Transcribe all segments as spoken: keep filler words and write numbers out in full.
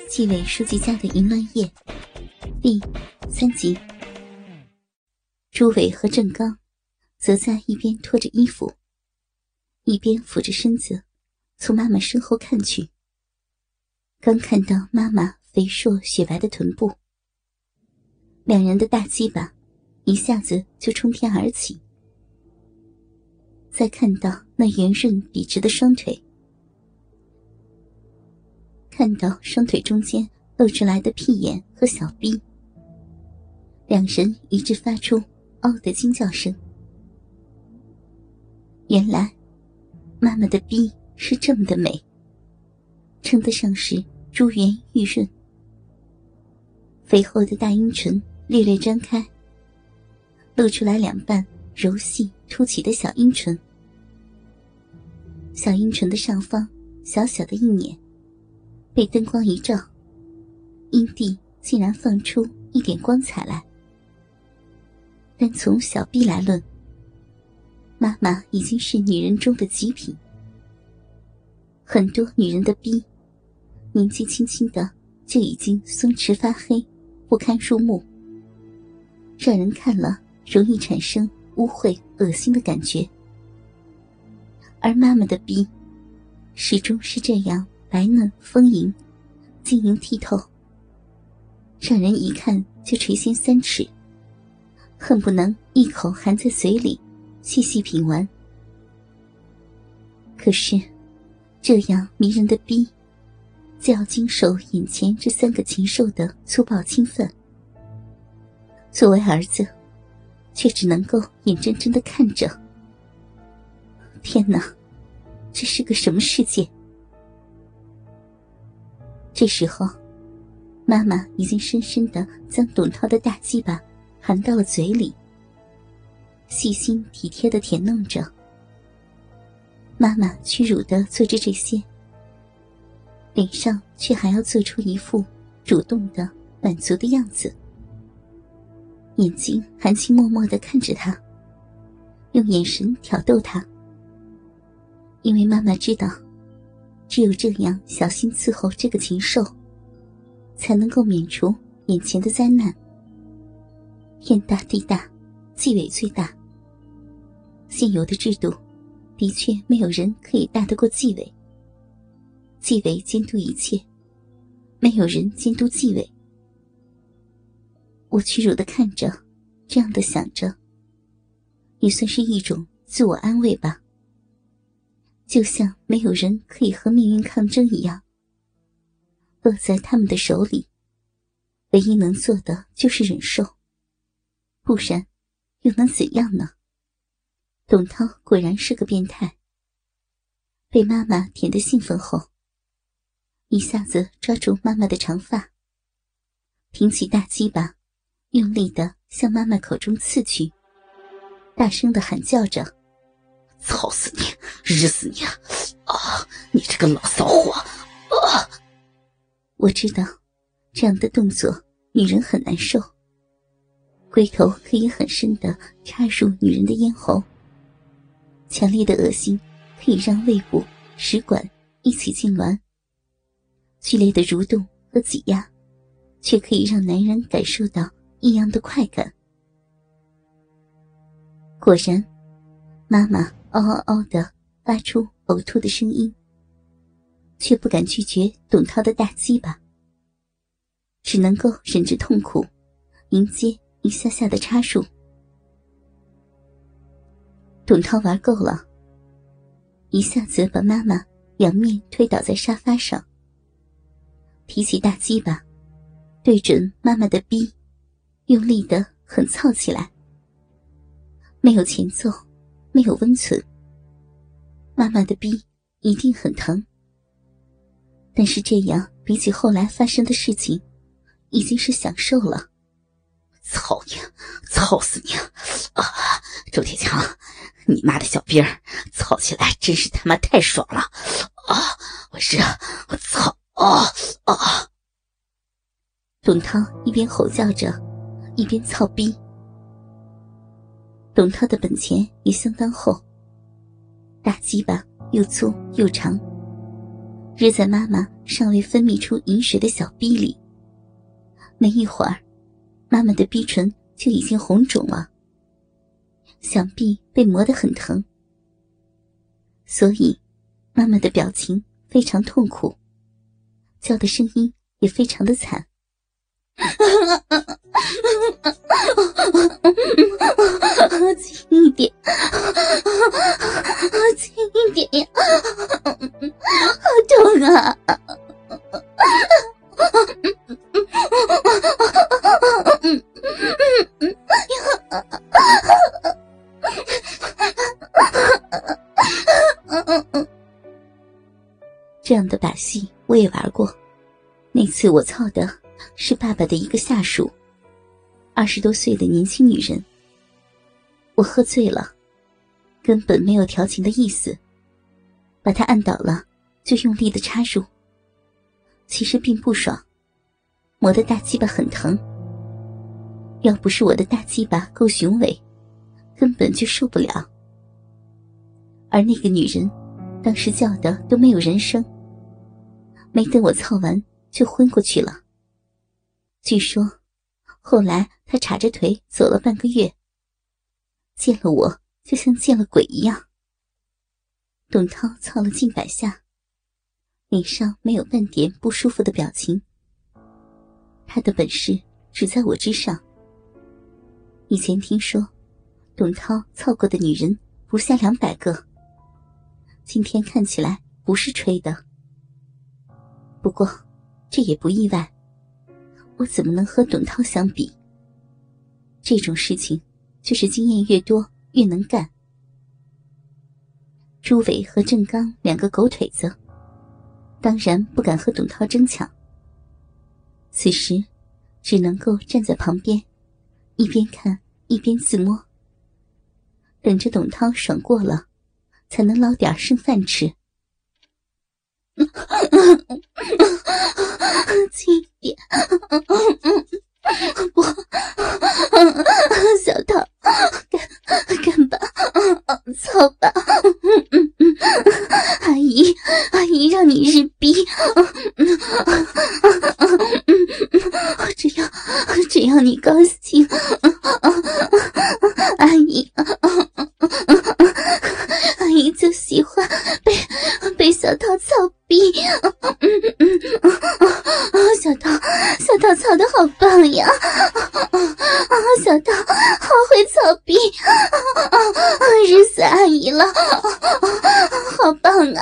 纪委书记家的淫乱夜第三集。朱伟和郑刚则在一边脱着衣服，一边俯着身子从妈妈身后看去。刚看到妈妈肥硕雪白的臀部，两人的大鸡巴一下子就冲天而起。再看到那圆润笔直的双腿，看到双腿中间露出来的屁眼和小臂，两人一致发出嗷的惊叫声。原来妈妈的逼是这么的美，称得上是珠圆玉润。肥厚的大阴唇略略张开，露出来两半柔细凸起的小阴唇。小阴唇的上方小小的一捻，被灯光一照，阴蒂竟然放出一点光彩来。但从小臂来论，妈妈已经是女人中的极品。很多女人的臂年纪轻轻的就已经松弛发黑，不堪入目，让人看了容易产生污秽恶心的感觉。而妈妈的臂始终是这样白嫩丰盈，晶莹剔透，让人一看就垂涎三尺，恨不能一口含在嘴里细细品完。可是这样迷人的逼就要经受眼前这三个禽兽的粗暴侵犯，作为儿子却只能够眼睁睁地看着。天哪，这是个什么世界？这时候妈妈已经深深地将董涛的大鸡巴含到了嘴里，细心体贴地舔弄着。妈妈屈辱地做着这些，脸上却还要做出一副主动的满足的样子，眼睛含情脉脉地看着他，用眼神挑逗他。因为妈妈知道，只有这样小心伺候这个禽兽，才能够免除眼前的灾难。天大地大，纪委最大，现有的制度的确没有人可以大得过纪委。纪委监督一切，没有人监督纪委。我屈辱地看着，这样的想着，也算是一种自我安慰吧。就像没有人可以和命运抗争一样，落在他们的手里，唯一能做的就是忍受，不然又能怎样呢？董涛果然是个变态。被妈妈舔得兴奋后，一下子抓住妈妈的长发，挺起大鸡巴，用力地向妈妈口中刺去，大声地喊叫着： 操死你，日死你啊！你这个老骚货啊！ 我知道这样的动作女人很难受，龟头可以很深地插入女人的咽喉，强烈的恶心可以让胃部食管一起痉挛，剧烈的蠕动和挤压却可以让男人感受到异样的快感。果然妈妈嗷嗷嗷地发出呕吐的声音，却不敢拒绝董涛的大鸡巴，只能够忍着痛苦迎接一下下的插入。董涛玩够了，一下子把妈妈仰面推倒在沙发上，提起大鸡巴对准妈妈的逼，用力地狠操起来。没有前奏，没有温存，妈妈的逼一定很疼。但是这样比起后来发生的事情，已经是享受了。 操你，操死你啊！周铁强，你妈的小兵儿，操起来真是他妈太爽了啊！我是我操啊啊！ 董涛一边吼叫着，一边操逼。董涛的本钱也相当厚，大鸡巴又粗又长， 日在妈妈尚未分泌出饮水的小逼里。没一会儿，妈妈的逼唇就已经红肿了，想必被磨得很疼，所以妈妈的表情非常痛苦，叫的声音也非常的惨。轻一点，轻一点呀，好痛啊！这样的把戏我也玩过，那次我操的是爸爸的一个下属，二十多岁的年轻女人。我喝醉了，根本没有调情的意思，把她按倒了就用力的插入，其实并不爽，磨得大鸡巴很疼，要不是我的大鸡巴够雄伟，根本就受不了。而那个女人当时叫的都没有人声，没等我操完就昏过去了。据说后来她叉着腿走了半个月，见了我就像见了鬼一样。董涛操了近百下，脸上没有半点不舒服的表情。他的本事只在我之上。以前听说董涛操过的女人不下两百个，今天看起来不是吹的。不过这也不意外，我怎么能和董涛相比？这种事情就是经验越多越能干。朱伟和郑刚两个狗腿子当然不敢和董涛争抢，此时只能够站在旁边，一边看一边自摸，等着董涛爽过了才能捞点剩饭吃。轻一点，不，小涛，干干吧，操吧，阿姨，阿姨让你日逼，只要只要你高兴，阿姨，阿姨就喜欢被被小涛操逼。小涛，小涛操得好棒呀！小涛好会操逼，日死阿姨了，好棒啊！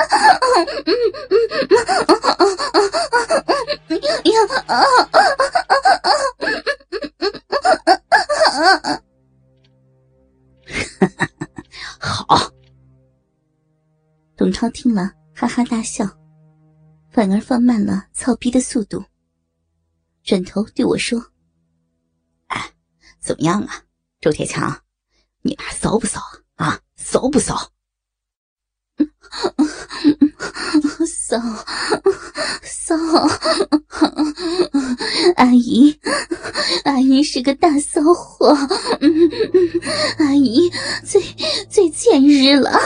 好。 董超听了哈哈大笑，反而放慢了操逼的速度，转头对我说： 哎，怎么样啊，周铁强，你妈骚不骚啊？啊，骚不骚？ 骚骚，阿姨，阿姨是个大骚货，阿姨最最欠日了，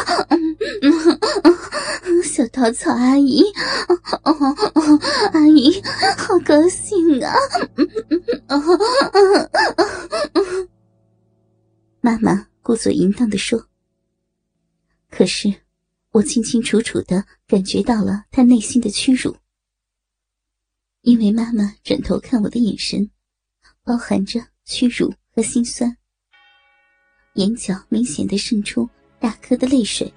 小稻草阿姨，阿姨好高兴啊！妈妈故作淫荡地说，可是我清清楚楚地感觉到了她内心的屈辱，因为妈妈转头看我的眼神包含着屈辱和心酸，眼角明显地渗出大颗的泪水。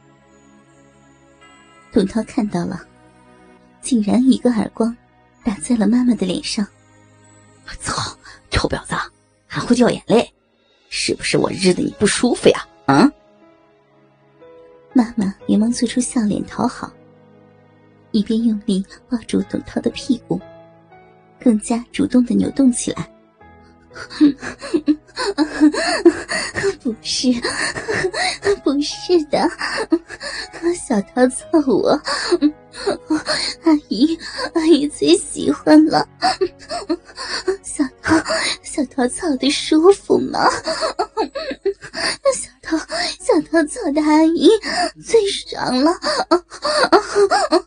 董涛看到了，竟然一个耳光打在了妈妈的脸上。 我操，臭婊子，还会掉眼泪，是不是我日得你不舒服呀？啊！ 妈妈连忙做出笑脸讨好，一边用力抱住董涛的屁股，更加主动地扭动起来。不是，不是的，小涛操我，阿姨，阿姨最喜欢了。小涛，小涛操的舒服吗？小涛，小涛操的阿姨最爽了。